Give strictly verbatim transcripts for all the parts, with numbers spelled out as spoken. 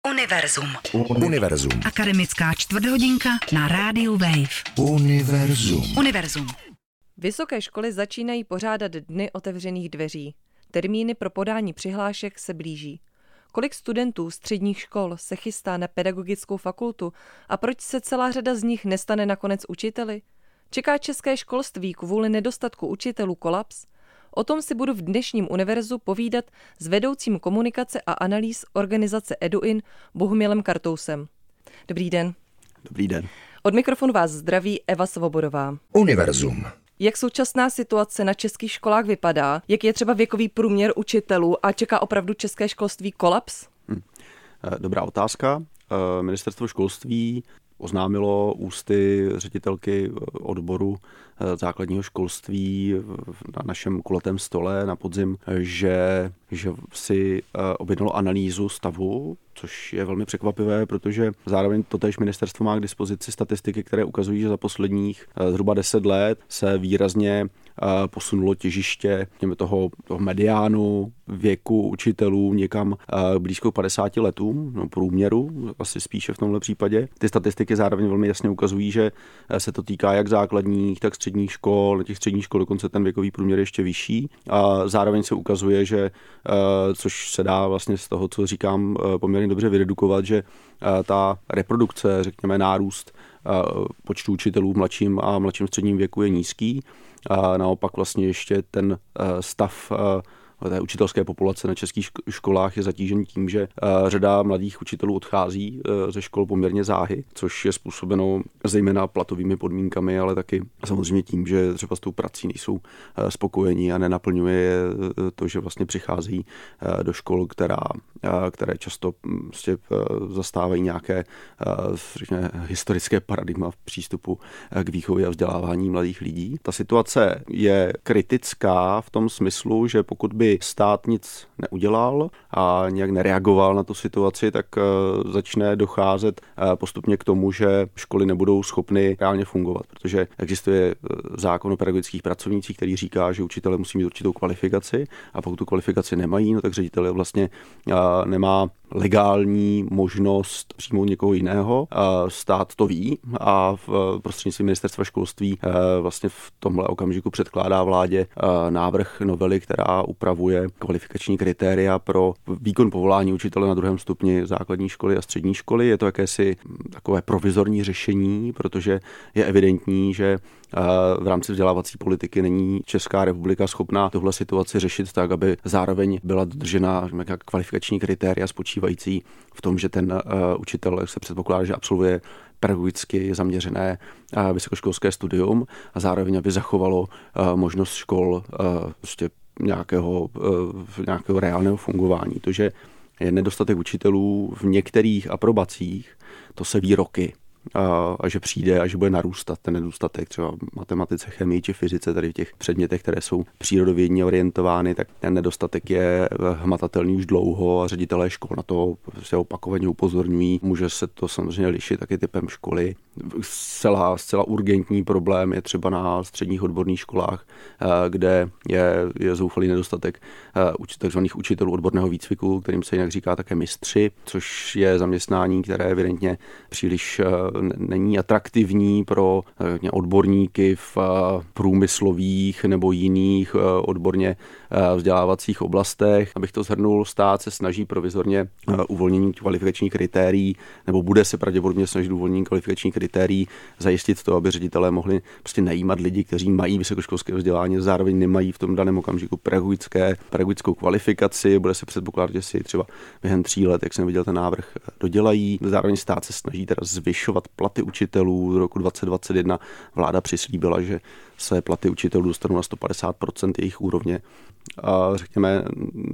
Univerzum. Univerzum. Akademická čtvrthodinka na rádiu Wave. Univerzum. Univerzum. Vysoké školy začínají pořádat dny otevřených dveří. Termíny pro podání přihlášek se blíží. Kolik studentů středních škol se chystá na pedagogickou fakultu a proč se celá řada z nich nestane nakonec učiteli? Čeká české školství kvůli nedostatku učitelů kolaps? O tom si budu v dnešním univerzu povídat s vedoucím komunikace a analýz organizace EduIn Bohumilem Kartousem. Dobrý den. Dobrý den. Od mikrofonu vás zdraví Eva Svobodová. Univerzum. Jak současná situace na českých školách vypadá? Jak je třeba věkový průměr učitelů a čeká opravdu české školství kolaps? Hm. Dobrá otázka. Ministerstvo školství oznámilo ústy ředitelky odboru základního školství na našem kulatém stole na podzim, že, že si objednalo analýzu stavu, což je velmi překvapivé, protože zároveň totéž ministerstvo má k dispozici statistiky, které ukazují, že za posledních zhruba deset let se výrazně posunulo těžiště toho, toho mediánu věku učitelů někam blízko padesáti letům, no průměru, asi spíše v tomhle případě. Ty statistiky zároveň velmi jasně ukazují, že se to týká jak základních, tak středních škol, na těch středních škol dokonce ten věkový průměr ještě vyšší. A zároveň se ukazuje, že, což se dá vlastně z toho, co říkám, poměrně dobře vydedukovat, že ta reprodukce, řekněme nárůst počtu učitelů v mladším a mladším středním věku je nízký. A naopak vlastně ještě ten stav té učitelské populace na českých školách je zatížen tím, že řada mladých učitelů odchází ze škol poměrně záhy, což je způsobeno zejména platovými podmínkami, ale taky samozřejmě tím, že třeba s tou prací nejsou spokojení a nenaplňuje je to, že vlastně přichází do škol, která, které často vlastně zastávají nějaké řekněme, historické paradigma v přístupu k výchově a vzdělávání mladých lidí. Ta situace je kritická v tom smyslu, že pokud by stát nic neudělal a nějak nereagoval na tu situaci, tak začne docházet postupně k tomu, že školy nebudou schopny reálně fungovat, protože existuje zákon o pedagogických pracovnících, který říká, že učitelé musí mít určitou kvalifikaci a pokud tu kvalifikaci nemají, no tak ředitel vlastně nemá legální možnost přijmout někoho jiného. Stát to ví a v prostřednictvím ministerstva školství vlastně v tomhle okamžiku předkládá vládě návrh novely, která upravuje kvalifikační kritéria pro výkon povolání učitele na druhém stupni základní školy a střední školy. Je to jakési takové provizorní řešení, protože je evidentní, že v rámci vzdělávací politiky není Česká republika schopná tuhle situaci řešit tak, aby zároveň byla dodržena kvalifikační kritéria spočívající v tom, že ten učitel se předpokládá, že absolvuje pedagogicky zaměřené vysokoškolské studium a zároveň, aby zachovalo možnost škol prostě nějakého, nějakého reálného fungování. To, že je nedostatek učitelů v některých aprobacích, to se ví roky. A, a že přijde a že bude narůstat ten nedostatek třeba v matematice, chemii či fyzice, tady v těch předmětech, které jsou přírodovědně orientovány, tak ten nedostatek je hmatatelný už dlouho a ředitelé škol na to se opakovaně upozorňují. Může se to samozřejmě lišit taky typem školy. Zcela, zcela urgentní problém je třeba na středních odborných školách, kde je, je zoufalý nedostatek takzvaných učitelů odborného výcviku, kterým se jinak říká také mistři, což je zaměstnání, které evidentně příliš není atraktivní pro odborníky v průmyslových nebo jiných odborně vzdělávacích oblastech. Abych to shrnul, stát se snaží provizorně uvolnění kvalifikačních kritérií nebo bude se pravděpodobně snažit uvolnění kvalifikačních kritérií zajistit to, aby ředitelé mohli prostě najímat lidi, kteří mají vysokoškolské vzdělání, zároveň nemají v tom daném okamžiku pedagogické, pedagogickou kvalifikaci. Bude se předpokládat, že si třeba během tří let, jak jsem viděl ten návrh, dodělají. Zároveň stát se snaží teda zvyšovat platy učitelů. Do roku dvacet dvacet jedna vláda přislíbila, že se platy učitelů dostanou na sto padesát procent jejich úrovně. A řekněme,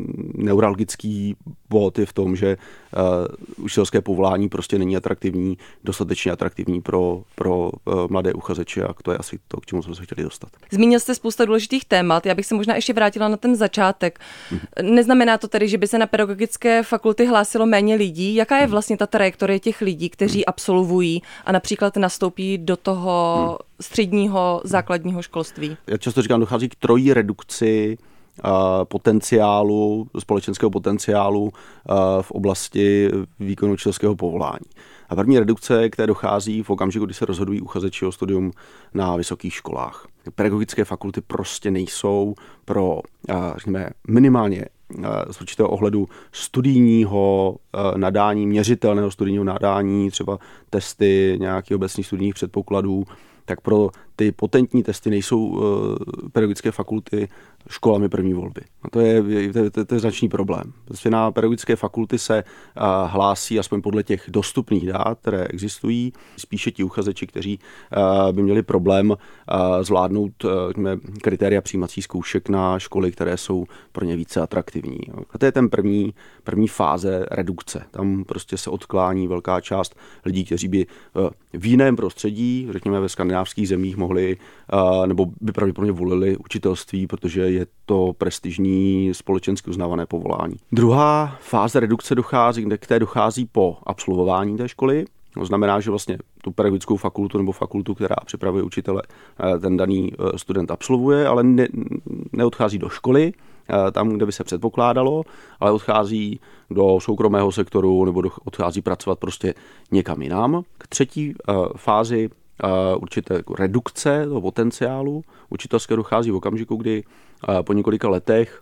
neuralgický bod je v tom, že uh, učitelské povolání prostě není atraktivní, dostatečně atraktivní pro, pro uh, mladé uchazeče a to je asi to, k čemu jsme se chtěli dostat. Zmínil jste spousta důležitých témat, já bych se možná ještě vrátila na ten začátek. Hmm. Neznamená to tedy, že by se na pedagogické fakulty hlásilo méně lidí? Jaká je vlastně ta trajektorie těch lidí, kteří hmm. absolvují a například nastoupí do toho hmm. středního základního školství? Já často říkám, dochází k trojí redukci potenciálu, společenského potenciálu v oblasti výkonu učitelského povolání. A první redukce, které dochází v okamžiku, kdy se rozhodují uchazeči o studium na vysokých školách. Pedagogické fakulty prostě nejsou pro, řekněme, minimálně z určitého ohledu studijního nadání, měřitelného studijního nadání, třeba testy nějakých obecných studijních předpokladů, tak pro ty potentní testy nejsou uh, pedagogické fakulty školami první volby. A to je, to, je, to je značný problém. Prostě na pedagogické fakulty se uh, hlásí, aspoň podle těch dostupných dát, které existují, spíše ti uchazeči, kteří uh, by měli problém uh, zvládnout uh, kritéria přijímacích zkoušek na školy, které jsou pro ně více atraktivní. A to je ten první, první fáze redukce. Tam prostě se odklání velká část lidí, kteří by uh, v jiném prostředí, řekněme ve skandinávských zemích, mohli uh, nebo by pravděpodobně volili učitelství, protože je to prestižní společensky uznávané povolání. Druhá fáze redukce dochází, kde k té dochází po absolvování té školy. To znamená, že vlastně tu pedagogickou fakultu nebo fakultu, která připravuje učitele, ten daný student absolvuje, ale ne, neodchází do školy, tam, kde by se předpokládalo, ale odchází do soukromého sektoru nebo do, odchází pracovat prostě někam jinam. K třetí fázi určité jako redukce toho potenciálu učitelské dochází v okamžiku, kdy po několika letech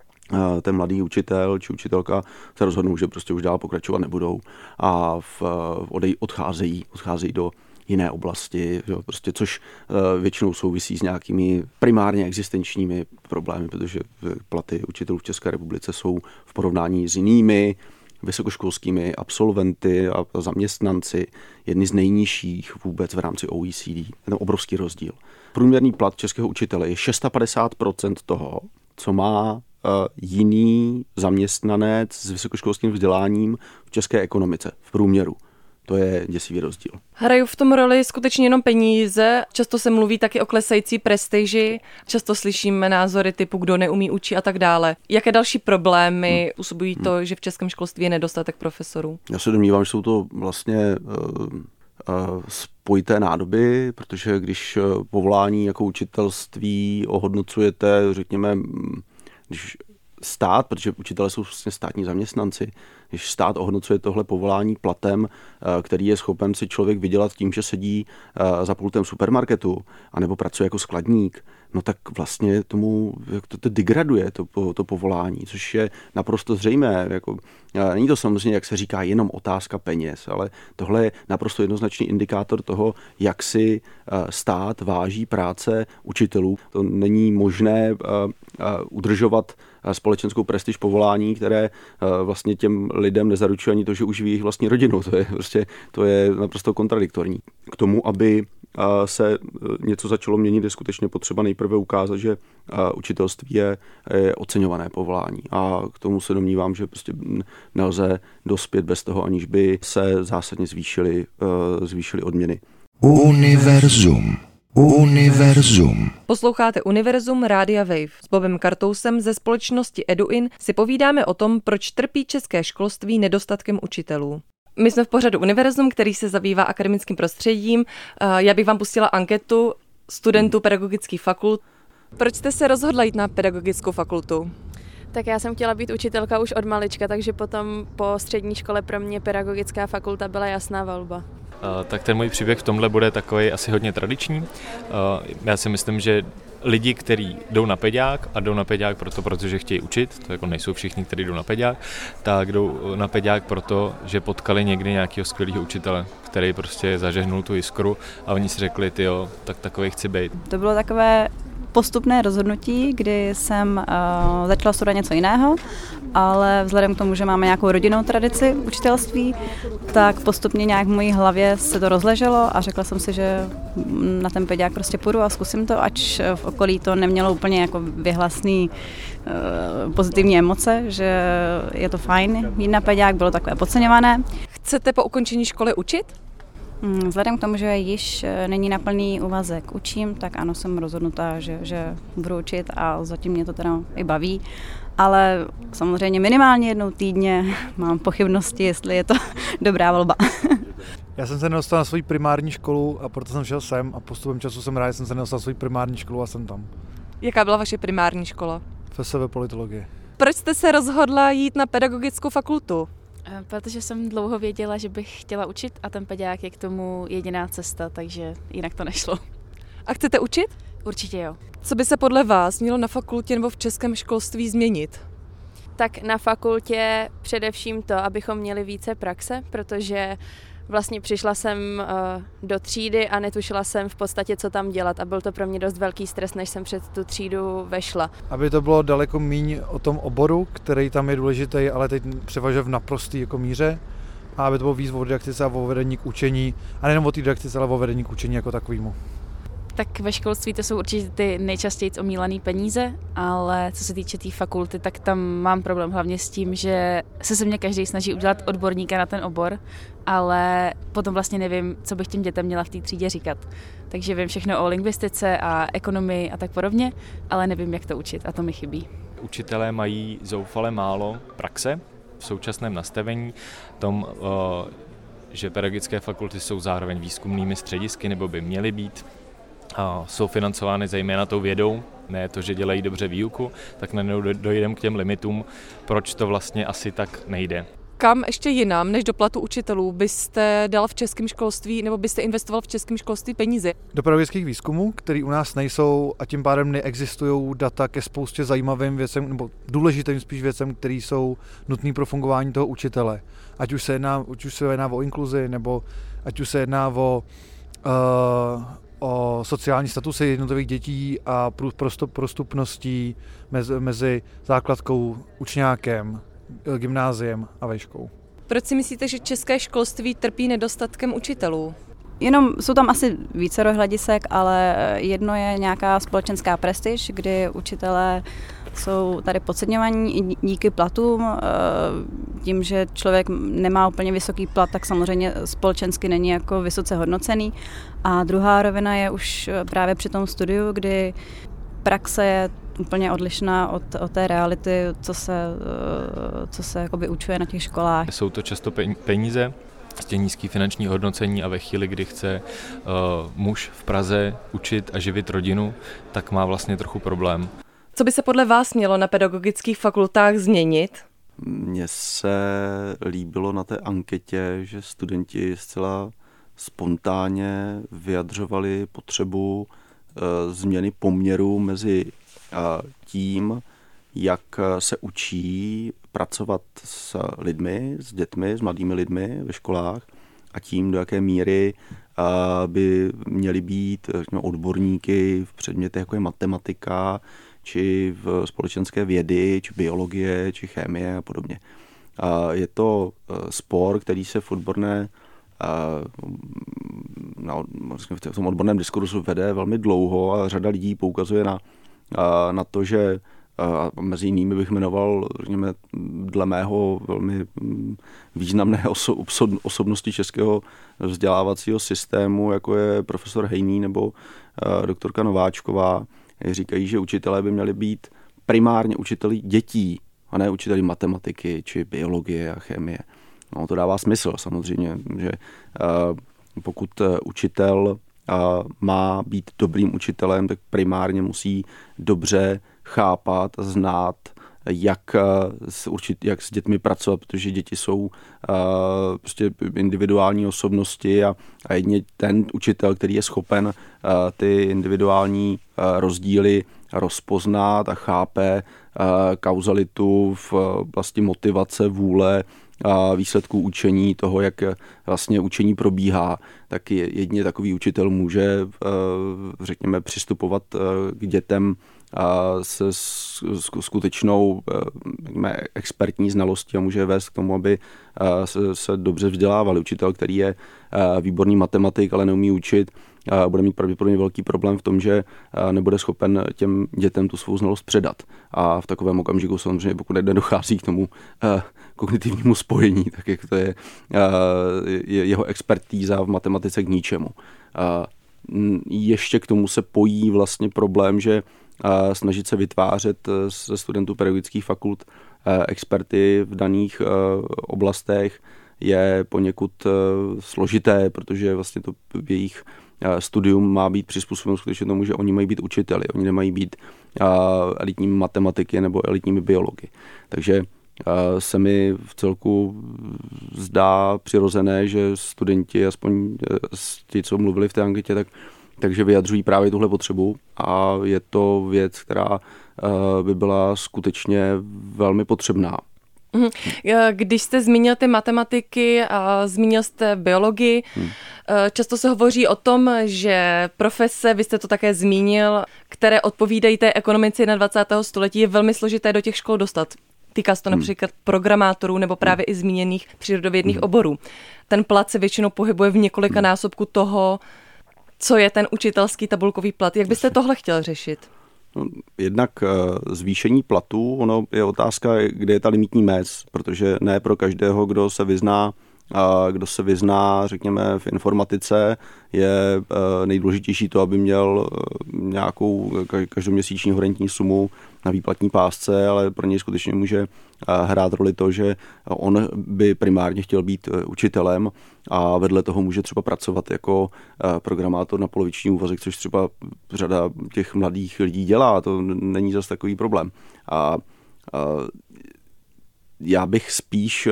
ten mladý učitel či učitelka se rozhodnou, že prostě už dál pokračovat nebudou a v, odej, odcházejí, odcházejí do jiné oblasti, že, prostě, což většinou souvisí s nějakými primárně existenčními problémy, protože platy učitelů v České republice jsou v porovnání s jinými vysokoškolskými absolventy a zaměstnanci jedny z nejnižších vůbec v rámci O E C D. Je to obrovský rozdíl. Průměrný plat českého učitele je padesát šest procent toho, co má uh, jiný zaměstnanec s vysokoškolským vzděláním v české ekonomice v průměru. To je děsivý rozdíl. Hrajou v tom roli skutečně jenom peníze, často se mluví taky o klesající prestiži, často slyšíme názory typu, kdo neumí učit a tak dále. Jaké další problémy hmm. způsobují to, že v českém školství je nedostatek profesorů? Já se domnívám, že jsou to vlastně uh, uh, spojité nádoby, protože když povolání jako učitelství ohodnocujete, řekněme, když stát, protože učitelé jsou vlastně státní zaměstnanci, když stát ohodnocuje tohle povolání platem, který je schopen si člověk vydělat tím, že sedí za pultem supermarketu, anebo pracuje jako skladník, no tak vlastně tomu to, to degraduje to, to povolání, což je naprosto zřejmé. Jako, není to samozřejmě, jak se říká, jenom otázka peněz, ale tohle je naprosto jednoznačný indikátor toho, jak si stát váží práce učitelů. To není možné udržovat společenskou prestiž povolání, které vlastně těm lidem nezaručuje ani to, že uživí jejich vlastní rodinu. To je prostě to je naprosto kontradiktorní. K tomu, aby se něco začalo měnit, je skutečně potřeba nejprve ukázat, že učitelství je, je oceňované povolání. A k tomu se domnívám, že prostě nelze dospět bez toho, aniž by se zásadně zvýšily, zvýšily odměny. Univerzum. Univerzum. Posloucháte Univerzum Rádia Wave. S Bobem Kartousem ze společnosti EduIn si povídáme o tom, proč trpí české školství nedostatkem učitelů. My jsme v pořadu Univerzum, který se zabývá akademickým prostředím. Já bych vám pustila anketu studentů pedagogických fakult. Proč jste se rozhodla jít na pedagogickou fakultu? Tak já jsem chtěla být učitelka už od malička, takže potom po střední škole pro mě pedagogická fakulta byla jasná volba. Uh, tak ten můj příběh v tomhle bude takový asi hodně tradiční. Uh, já si myslím, že lidi, kteří jdou na peďák a jdou na peďák proto, protože chtějí učit, to jako nejsou všichni, kteří jdou na peďák, tak jdou na peďák proto, že potkali někdy nějakého skvělého učitele, který prostě zažehnul tu jiskru a oni si řekli, tyjo, tak takový chci být. To bylo takové postupné rozhodnutí, kdy jsem uh, začala studovat něco jiného, ale vzhledem k tomu, že máme nějakou rodinnou tradici učitelství, tak postupně nějak v mojí hlavě se to rozleželo a řekla jsem si, že na ten peďák prostě půjdu a zkusím to, ač v okolí to nemělo úplně jako vyhlasný uh, pozitivní emoce, že je to fajn. Jít na peďák bylo takové podceňované. Chcete po ukončení školy učit? Vzhledem k tomu, že již není na plný úvazek učím, tak ano, jsem rozhodnutá, že, že budu učit a zatím mě to teda i baví. Ale samozřejmě minimálně jednou týdně mám pochybnosti, jestli je to dobrá volba. Já jsem se nedostal na svou primární školu a proto jsem šel sem a postupem času jsem rád, že jsem se nedostal na svou primární školu a jsem tam. Jaká byla vaše primární škola? F S V politologie. Proč jste se rozhodla jít na pedagogickou fakultu? Protože jsem dlouho věděla, že bych chtěla učit a ten pedagog je k tomu jediná cesta, takže jinak to nešlo. A chcete učit? Určitě jo. Co by se podle vás mělo na fakultě nebo v českém školství změnit? Tak na fakultě především to, abychom měli více praxe, protože vlastně přišla jsem do třídy a netušila jsem v podstatě, co tam dělat a byl to pro mě dost velký stres, než jsem před tu třídu vešla. Aby to bylo daleko míň o tom oboru, který tam je důležitý, ale teď převažuje v naprostý jako míře, a aby to bylo víc o didaktice a o vedení k učení, a nejenom o té didaktice, ale o vedení k učení jako takovému. Tak ve školství to jsou určitě ty nejčastěji omílané peníze, ale co se týče té tý fakulty, tak tam mám problém hlavně s tím, že se se mě každý snaží udělat odborníka na ten obor, ale potom vlastně nevím, co bych těm dětem měla v té třídě říkat. Takže vím všechno o lingvistice a ekonomii a tak podobně, ale nevím, jak to učit a to mi chybí. Učitelé mají zoufale málo praxe v současném nastavení, tom, že pedagogické fakulty jsou zároveň výzkumnými středisky, nebo by měly být. A jsou financovány zejména tou vědou, ne to, že dělají dobře výuku, tak najednou dojdeme k těm limitům, proč to vlastně asi tak nejde. Kam ještě jinam než do platu učitelů byste dal v českém školství nebo byste investoval v českém školství peníze? Do pedagogických výzkumů, které u nás nejsou a tím pádem neexistují data ke spoustě zajímavým věcem nebo důležitým spíš věcem, které jsou nutné pro fungování toho učitele. Ať už se jedná, ať už se jedná o inkluzi nebo ať už se jedná o uh, o sociální statusy jednotlivých dětí a prostupností mezi, mezi základkou, učňákem, gymnáziem a vejškou. Proč si myslíte, že české školství trpí nedostatkem učitelů? Jenom jsou tam asi více hledisek, ale jedno je nějaká společenská prestiž, kdy učitelé jsou tady podceňovaní díky platům. Tím, že člověk nemá úplně vysoký plat, tak samozřejmě společensky není jako vysoce hodnocený. A druhá rovina je už právě při tom studiu, kdy praxe je úplně odlišná od, od té reality, co se, co se jakoby učuje na těch školách. Jsou to často peníze, prostě nízký finanční hodnocení a ve chvíli, kdy chce uh, muž v Praze učit a živit rodinu, tak má vlastně trochu problém. Co by se podle vás mělo na pedagogických fakultách změnit? Mně se líbilo na té anketě, že studenti zcela spontánně vyjadřovali potřebu uh, změny poměru mezi uh, tím, jak se učí pracovat s lidmi, s dětmi, s mladými lidmi ve školách a tím, do jaké míry uh, by měly být řekněme, odborníky v předmětech, jako je matematika, či v společenské vědy, či biologie, či chemie a podobně. Uh, je to uh, spor, který se v odborné Na, v tom odborném diskursu vede velmi dlouho a řada lidí poukazuje na, na to, že a mezi jinými bych jmenoval, řekněme, dle mého velmi významné oso, osobnosti českého vzdělávacího systému, jako je profesor Hejný nebo doktorka Nováčková. Říkají, že učitelé by měli být primárně učiteli dětí a ne učiteli matematiky či biologie a chemie. No, to dává smysl samozřejmě, že uh, pokud učitel uh, má být dobrým učitelem, tak primárně musí dobře chápat, znát, jak s, určit, jak s dětmi pracovat, protože děti jsou uh, prostě individuální osobnosti a, a jedně ten učitel, který je schopen uh, ty individuální uh, rozdíly rozpoznat a chápe uh, kauzalitu v oblasti motivace, vůle a výsledků učení, toho, jak vlastně učení probíhá, tak jedině takový učitel může, řekněme, přistupovat k dětem se skutečnou expertní znalostí a může vést k tomu, aby se, se dobře vzdělávali. Učitel, který je výborný matematik, ale neumí učit, bude mít pravděpodobně velký problém v tom, že nebude schopen těm dětem tu svou znalost předat. A v takovém okamžiku samozřejmě, pokud nedochází k tomu kognitivnímu spojení, tak jak to je, je jeho expertíza v matematice k ničemu. Ještě k tomu se pojí vlastně problém, že snažit se vytvářet ze studentů pedagogických fakult experty v daných oblastech je poněkud složité, protože vlastně to v jejich studium má být přizpůsobeno skutečně tomu, že oni mají být učiteli, oni nemají být elitními matematiky nebo elitními biology. Takže se mi v celku zdá přirozené, že studenti, aspoň ti, co mluvili v té anketě, tak, takže vyjadřují právě tuhle potřebu a je to věc, která by byla skutečně velmi potřebná. Když jste zmínil ty matematiky a zmínil jste biologii, hmm. často se hovoří o tom, že profese, vy jste to také zmínil, které odpovídají té ekonomice dvacátého století, je velmi složité do těch škol dostat. Týká se to například programátorů nebo právě i zmíněných přírodovědných hmm. oborů. Ten plat se většinou pohybuje v několika hmm. násobku toho, co je ten učitelský tabulkový plat. Jak byste tohle chtěl řešit? No, jednak zvýšení platů, ono je otázka, kde je ta limitní mez, protože ne pro každého, kdo se vyzná, kdo se vyzná, řekněme, v informatice, je nejdůležitější to, aby měl nějakou každoměsíční horentní sumu na výplatní pásce, ale pro něj skutečně může hrát roli to, že on by primárně chtěl být učitelem a vedle toho může třeba pracovat jako programátor na poloviční úvazek, což třeba řada těch mladých lidí dělá, to není zas takový problém. A, a já bych spíš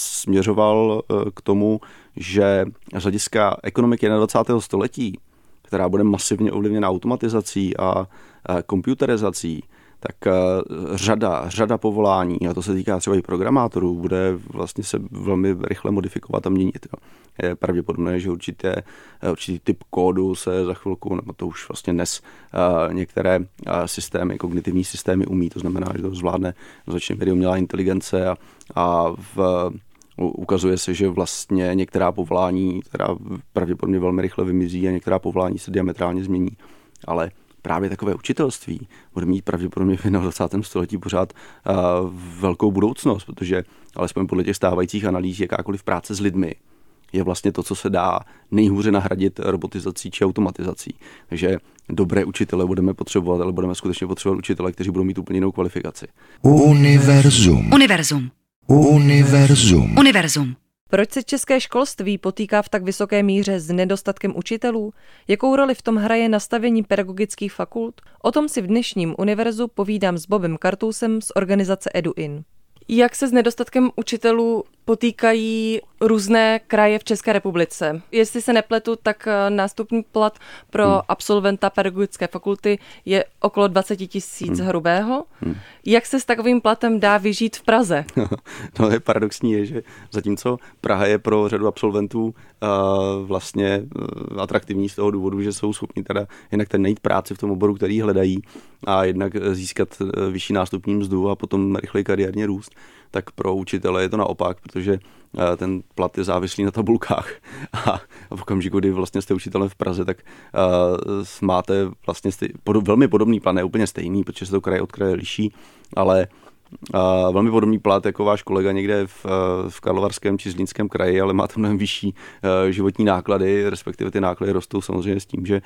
směřoval k tomu, že z hlediska ekonomiky dvacátého století, která bude masivně ovlivněna automatizací a komputerizací, tak řada, řada povolání, a to se týká třeba i programátorů, bude vlastně se velmi rychle modifikovat a měnit. Jo. Je pravděpodobné, že určitě, určitý typ kódu se za chvilku, nebo to už vlastně dnes některé systémy, kognitivní systémy umí, to znamená, že to zvládne začne vědy umělá inteligence a, a v, ukazuje se, že vlastně některá povolání teda pravděpodobně velmi rychle vymizí a některá povolání se diametrálně změní. Ale právě takové učitelství bude mít pravděpodobně v dvacátém století pořád uh, velkou budoucnost, protože alespoň podle těch stávajících analýz jakákoliv práce s lidmi je vlastně to, co se dá nejhůře nahradit robotizací či automatizací. Takže dobré učitele budeme potřebovat, ale budeme skutečně potřebovat učitele, kteří budou mít úplně jinou kvalifikaci. Univerzum. Univerzum. Univerzum. Univerzum. Proč se české školství potýká v tak vysoké míře s nedostatkem učitelů? Jakou roli v tom hraje nastavení pedagogických fakult? O tom si v dnešním Univerzu povídám s Bobem Kartousem z organizace EduIn. Jak se s nedostatkem učitelů potýkají různé kraje v České republice? Jestli se nepletu, tak nástupní plat pro hmm. absolventa pedagogické fakulty je okolo dvacet tisíc hmm. hrubého. Hmm. Jak se s takovým platem dá vyžít v Praze? No je paradoxní, je, že zatímco Praha je pro řadu absolventů uh, vlastně uh, atraktivní z toho důvodu, že jsou schopni teda jednak ten najít práci v tom oboru, který hledají, a jednak získat uh, vyšší nástupní mzdu a potom rychleji kariérně růst, tak pro učitele je to naopak, protože ten plat je závislý na tabulkách a v okamžiku, kdy vlastně jste učitelem v Praze, tak uh, máte vlastně stej, pod, velmi podobný plat, ne úplně stejný, protože se to kraje od kraje liší, ale uh, velmi podobný plat jako váš kolega někde v, uh, v Karlovarském či Zlínském kraji, ale máte mnohem vyšší uh, životní náklady, respektive ty náklady rostou samozřejmě s tím, že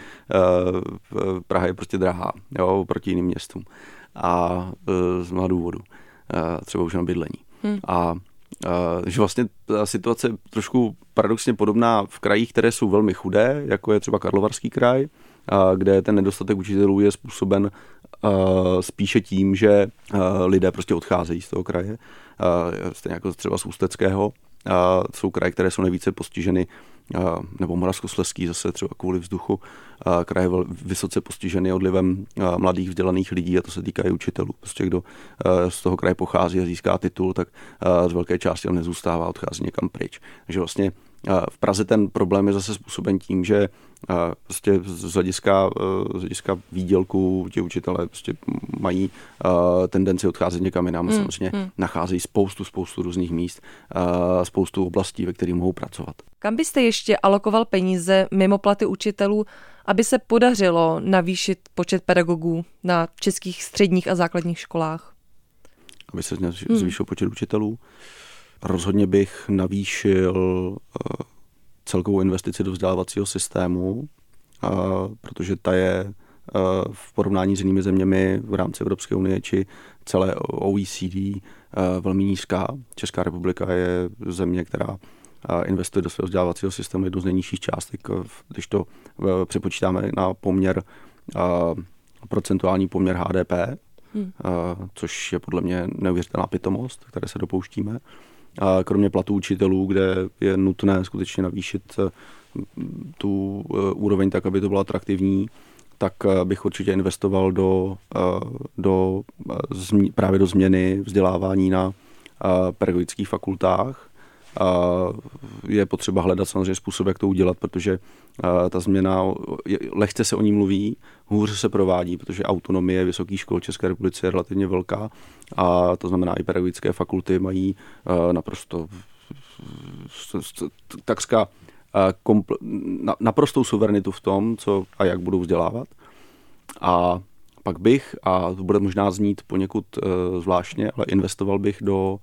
uh, Praha je prostě drahá, jo, proti jiným městům a uh, z mnoha důvodů. Třeba už na bydlení. Hmm. A, a že vlastně ta situace je trošku paradoxně podobná v krajích, které jsou velmi chudé, jako je třeba Karlovarský kraj, a kde ten nedostatek učitelů je způsoben a, spíše tím, že a, lidé prostě odcházejí z toho kraje, a, stejně jako třeba z Ústeckého. A jsou kraje, které jsou nejvíce postiženy, nebo Moravskoslezský zase třeba kvůli vzduchu, kraje vysoce postiženy odlivem mladých vzdělaných lidí, a to se týká i učitelů. Prostě kdo z toho kraje pochází a získá titul, tak z velké části on nezůstává, odchází někam pryč. Takže vlastně v Praze ten problém je zase způsoben tím, že prostě z hlediska, z hlediska výdělku ti učitelé prostě mají tendenci odcházet někam jinam. Hmm. Samozřejmě hmm. nacházejí spoustu, spoustu různých míst, spoustu oblastí, ve kterých mohou pracovat. Kam byste ještě alokoval peníze mimo platy učitelů, aby se podařilo navýšit počet pedagogů na českých středních a základních školách? Aby se zvýšil hmm. počet učitelů? Rozhodně bych navýšil uh, celkovou investici do vzdělávacího systému, uh, protože ta je uh, v porovnání s jinými zeměmi v rámci Evropské unie či celé O E C D uh, velmi nízká. Česká republika je země, která investuje do svého vzdělávacího systému jednu z nejnižších částek, když to přepočítáme na poměr, procentuální poměr H D P, hmm. což je podle mě neuvěřitelná pitomost, které se dopouštíme. A kromě platů učitelů, kde je nutné skutečně navýšit tu úroveň tak, aby to bylo atraktivní, tak bych určitě investoval do, do, právě do změny vzdělávání na pedagogických fakultách. Je potřeba hledat samozřejmě způsob, jak to udělat, protože ta změna, lehce se o ní mluví, hůře se provádí, protože autonomie vysokých škol v České republice je relativně velká a to znamená i pedagogické fakulty mají naprosto takřka naprostou suverenitu v tom, co a jak budou vzdělávat. A pak bych, a to bude možná znít poněkud zvláštně, ale investoval bych do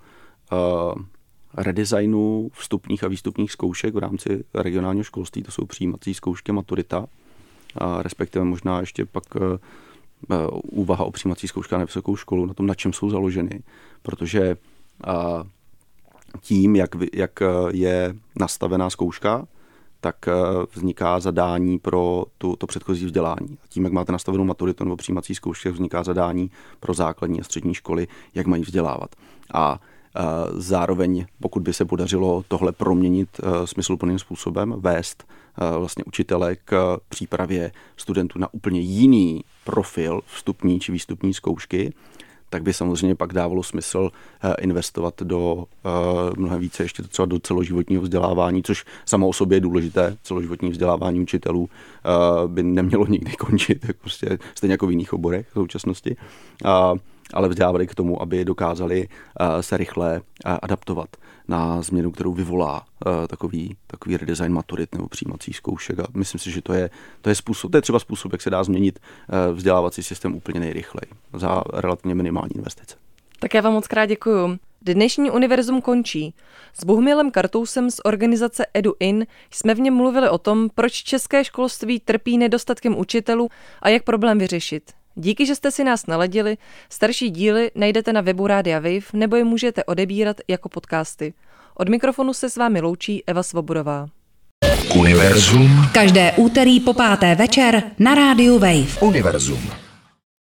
redesignu vstupních a výstupních zkoušek v rámci regionálního školství, to jsou přijímací zkoušky, maturita, a respektive možná ještě pak uh, úvaha o přijímací zkouškách na vysokou školu, na tom, na čem jsou založeny, protože uh, tím, jak, jak je nastavená zkouška, tak uh, vzniká zadání pro tu, to předchozí vzdělání. A tím, jak máte nastavenou maturitu nebo přijímací zkoušky, vzniká zadání pro základní a střední školy, jak mají vzdělávat. A zároveň, pokud by se podařilo tohle proměnit smysluplným způsobem, vést vlastně učitele k přípravě studentů na úplně jiný profil vstupní či výstupní zkoušky, tak by samozřejmě pak dávalo smysl investovat do mnohem více ještě třeba do celoživotního vzdělávání, což samo o sobě je důležité. Celoživotní vzdělávání učitelů by nemělo nikdy končit, prostě stejně jako v jiných oborech v současnosti. Ale vzdělávali k tomu, aby dokázali se rychle adaptovat na změnu, kterou vyvolá takový, takový redesign maturit nebo přijímacích zkoušek. A myslím si, že to je, to je způsob, to je třeba způsob, jak se dá změnit vzdělávací systém úplně nejrychleji za relativně minimální investice. Tak já vám moc krát děkuju. Dnešní univerzum končí. S Bohumilem Kartousem z organizace EduIn jsme v něm mluvili o tom, proč české školství trpí nedostatkem učitelů a jak problém vyřešit. Díky, že jste si nás naladili. Starší díly najdete na webu Rádia Wave nebo je můžete odebírat jako podcasty. Od mikrofonu se s vámi loučí Eva Svobodová. Univerzum. Každé úterý po páté večer na Rádiu Wave. Univerzum.